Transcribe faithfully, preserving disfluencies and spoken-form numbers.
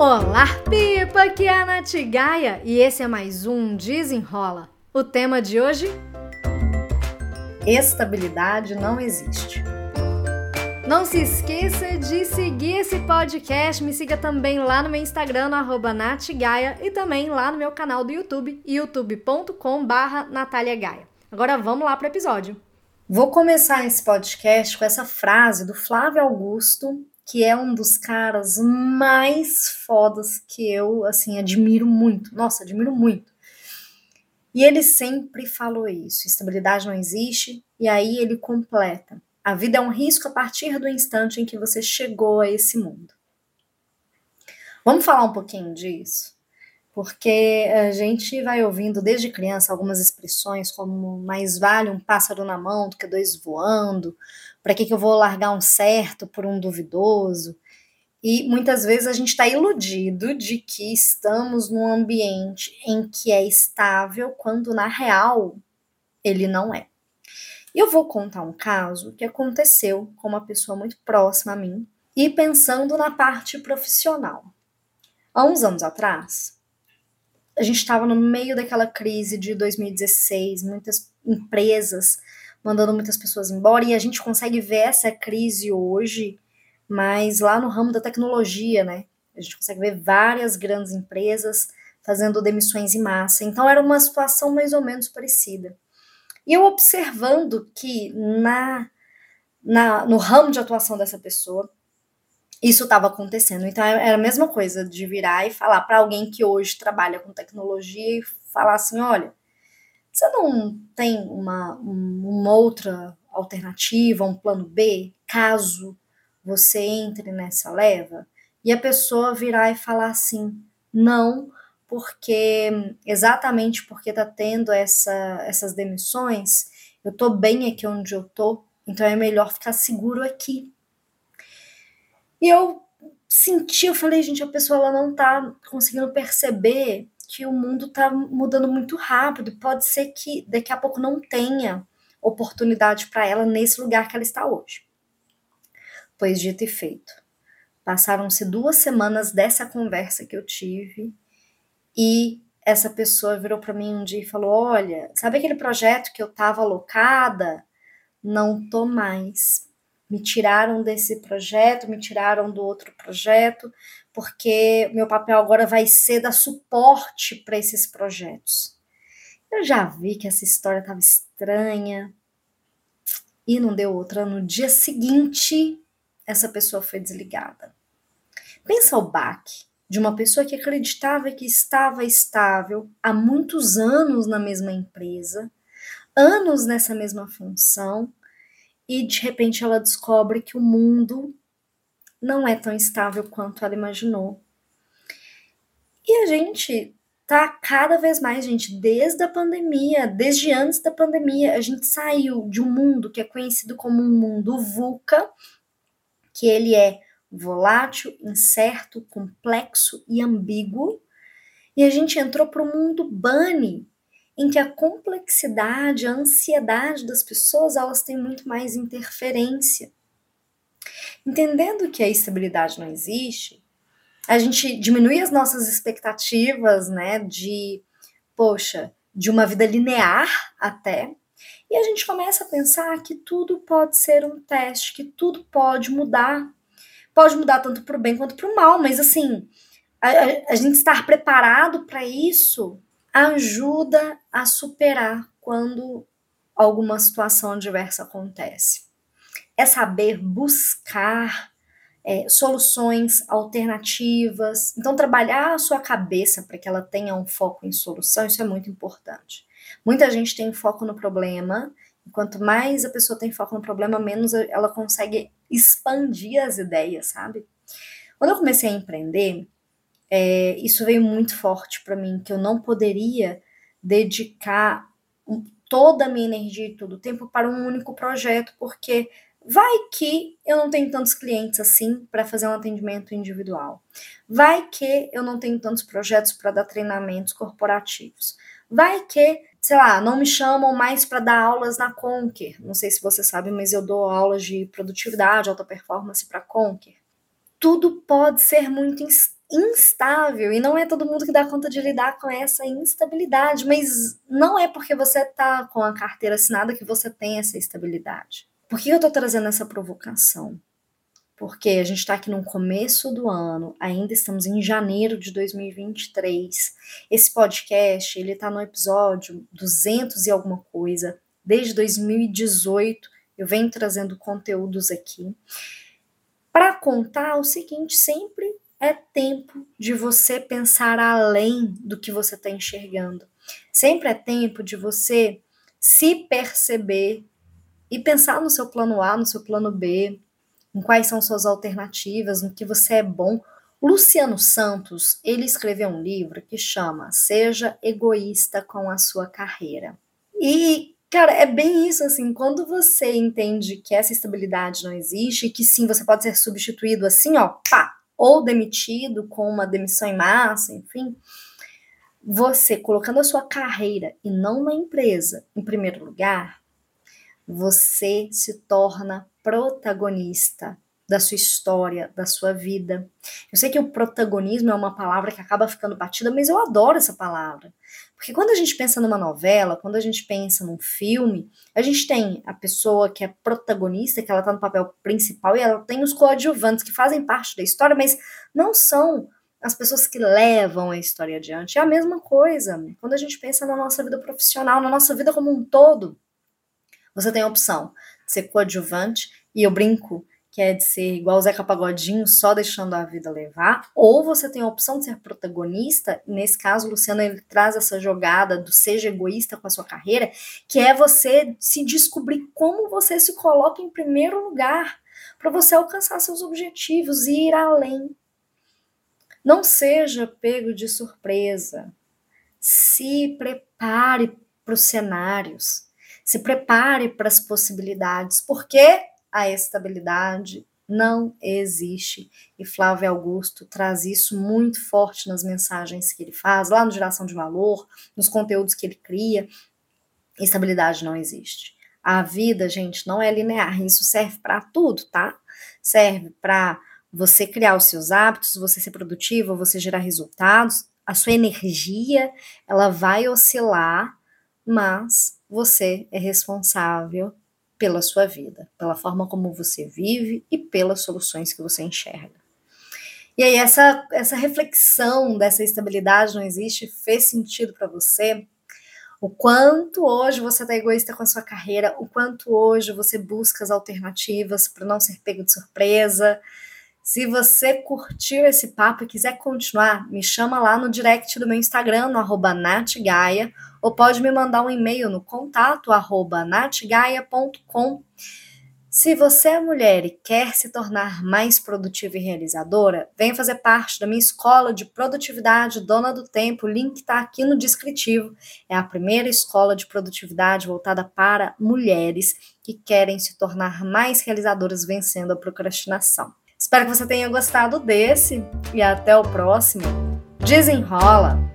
Olá, Pipa! Aqui é a Nath Gaia e esse é mais um Desenrola. O tema de hoje? Estabilidade não existe. Não se esqueça de seguir esse podcast, me siga também lá no meu Instagram, no arroba Nath Gaia, e também lá no meu canal do YouTube, youtube ponto com barra Natália Gaia. Agora vamos lá para o episódio. Vou começar esse podcast com essa frase do Flávio Augusto, que é um dos caras mais fodas que eu, assim, admiro muito. Nossa, admiro muito. E ele sempre falou isso, estabilidade não existe, e aí ele completa: a vida é um risco a partir do instante em que você chegou a esse mundo. Vamos falar um pouquinho disso? Porque a gente vai ouvindo desde criança algumas expressões como mais vale um pássaro na mão do que dois voando, para que, que eu vou largar um certo por um duvidoso? E muitas vezes a gente está iludido de que estamos num ambiente em que é estável, quando na real ele não é. E eu vou contar um caso que aconteceu com uma pessoa muito próxima a mim e pensando na parte profissional. Há uns anos atrás, a gente estava no meio daquela crise de dois mil e dezesseis, muitas empresas mandando muitas pessoas embora, e a gente consegue ver essa crise hoje, mas lá no ramo da tecnologia, né? A gente consegue ver várias grandes empresas fazendo demissões em massa. Então era uma situação mais ou menos parecida. E eu observando que na, na, no ramo de atuação dessa pessoa, isso estava acontecendo. Então era a mesma coisa de virar e falar para alguém que hoje trabalha com tecnologia e falar assim: olha, você não tem uma, uma outra alternativa, um plano B, caso você entre nessa leva? E a pessoa virar e falar assim: não, porque exatamente porque está tendo essa, essas demissões, eu estou bem aqui onde eu estou, então é melhor ficar seguro aqui. E eu senti, eu falei, gente, a pessoa ela não está conseguindo perceber que o mundo está mudando muito rápido, pode ser que daqui a pouco não tenha oportunidade para ela nesse lugar que ela está hoje. Pois dito e feito. Passaram-se duas semanas dessa conversa que eu tive e essa pessoa virou para mim um dia e falou: olha, sabe aquele projeto que eu estava alocada? Não tô mais. Me tiraram desse projeto, me tiraram do outro projeto, porque meu papel agora vai ser dar suporte para esses projetos. Eu já vi que essa história estava estranha e não deu outra. No dia seguinte, essa pessoa foi desligada. Pensa o baque de uma pessoa que acreditava que estava estável há muitos anos na mesma empresa, anos nessa mesma função, e de repente ela descobre que o mundo não é tão estável quanto ela imaginou. E a gente tá cada vez mais, gente, desde a pandemia, desde antes da pandemia, a gente saiu de um mundo que é conhecido como um mundo VUCA, que ele é volátil, incerto, complexo e ambíguo, e a gente entrou para o mundo BANI, em que a complexidade, a ansiedade das pessoas, elas têm muito mais interferência. Entendendo que a estabilidade não existe, a gente diminui as nossas expectativas, né, de, poxa, de uma vida linear até, e a gente começa a pensar que tudo pode ser um teste, que tudo pode mudar. Pode mudar tanto para o bem quanto para o mal, mas assim, a, a, a gente estar preparado para isso ajuda a superar quando alguma situação adversa acontece. É saber buscar é, soluções alternativas. Então, trabalhar a sua cabeça para que ela tenha um foco em solução, isso é muito importante. Muita gente tem foco no problema, e quanto mais a pessoa tem foco no problema, menos ela consegue expandir as ideias, sabe? Quando eu comecei a empreender, É, isso veio muito forte para mim, que eu não poderia dedicar toda a minha energia e todo o tempo para um único projeto, porque vai que eu não tenho tantos clientes assim para fazer um atendimento individual. Vai que eu não tenho tantos projetos para dar treinamentos corporativos. Vai que, sei lá, não me chamam mais para dar aulas na Conquer. Não sei se você sabe, mas eu dou aulas de produtividade, alta performance para Conquer. Tudo pode ser muito instável, e não é todo mundo que dá conta de lidar com essa instabilidade, mas não é porque você tá com a carteira assinada que você tem essa estabilidade. Por que eu tô trazendo essa provocação? Porque a gente está aqui no começo do ano, ainda estamos em janeiro de dois mil e vinte e três. Esse podcast, ele tá no episódio duzentos e alguma coisa. Desde dois mil e dezoito, eu venho trazendo conteúdos aqui para contar o seguinte: sempre é tempo de você pensar além do que você está enxergando. Sempre é tempo de você se perceber e pensar no seu plano A, no seu plano B, em quais são suas alternativas, no que você é bom. Luciano Santos, ele escreveu um livro que chama Seja Egoísta com a Sua Carreira. E, cara, é bem isso, assim, quando você entende que essa estabilidade não existe, e que sim, você pode ser substituído assim, ó, pá, ou demitido com uma demissão em massa, enfim, você colocando a sua carreira e não uma empresa em primeiro lugar, você se torna protagonista da sua história, da sua vida. Eu sei que o protagonismo é uma palavra que acaba ficando batida, mas eu adoro essa palavra. Porque quando a gente pensa numa novela, quando a gente pensa num filme, a gente tem a pessoa que é protagonista, que ela tá no papel principal, e ela tem os coadjuvantes que fazem parte da história, mas não são as pessoas que levam a história adiante. É a mesma coisa quando a gente pensa na nossa vida profissional, na nossa vida como um todo. Você tem a opção de ser coadjuvante, e eu brinco que é de ser igual o Zeca Pagodinho, só deixando a vida levar, ou você tem a opção de ser protagonista. Nesse caso, o Luciano, ele traz essa jogada do seja egoísta com a sua carreira, que é você se descobrir como você se coloca em primeiro lugar, para você alcançar seus objetivos e ir além. Não seja pego de surpresa. Se prepare para os cenários. Se prepare para as possibilidades, porque a estabilidade não existe. E Flávio Augusto traz isso muito forte nas mensagens que ele faz, lá no Geração de Valor, nos conteúdos que ele cria. Estabilidade não existe. A vida, gente, não é linear. Isso serve para tudo, tá? Serve para você criar os seus hábitos, você ser produtivo, você gerar resultados. A sua energia, ela vai oscilar, mas você é responsável pela sua vida, pela forma como você vive e pelas soluções que você enxerga. E aí essa, essa reflexão dessa estabilidade não existe fez sentido para você? O quanto hoje você está egoísta com a sua carreira, o quanto hoje você busca as alternativas para não ser pego de surpresa. Se você curtiu esse papo e quiser continuar, me chama lá no direct do meu Instagram, no arroba natgaia, ou pode me mandar um e-mail no contato arroba natgaia ponto com. Se você é mulher e quer se tornar mais produtiva e realizadora, venha fazer parte da minha escola de produtividade Dona do Tempo. O link está aqui no descritivo. É a primeira escola de produtividade voltada para mulheres que querem se tornar mais realizadoras vencendo a procrastinação. Espero que você tenha gostado desse e até o próximo. Desenrola!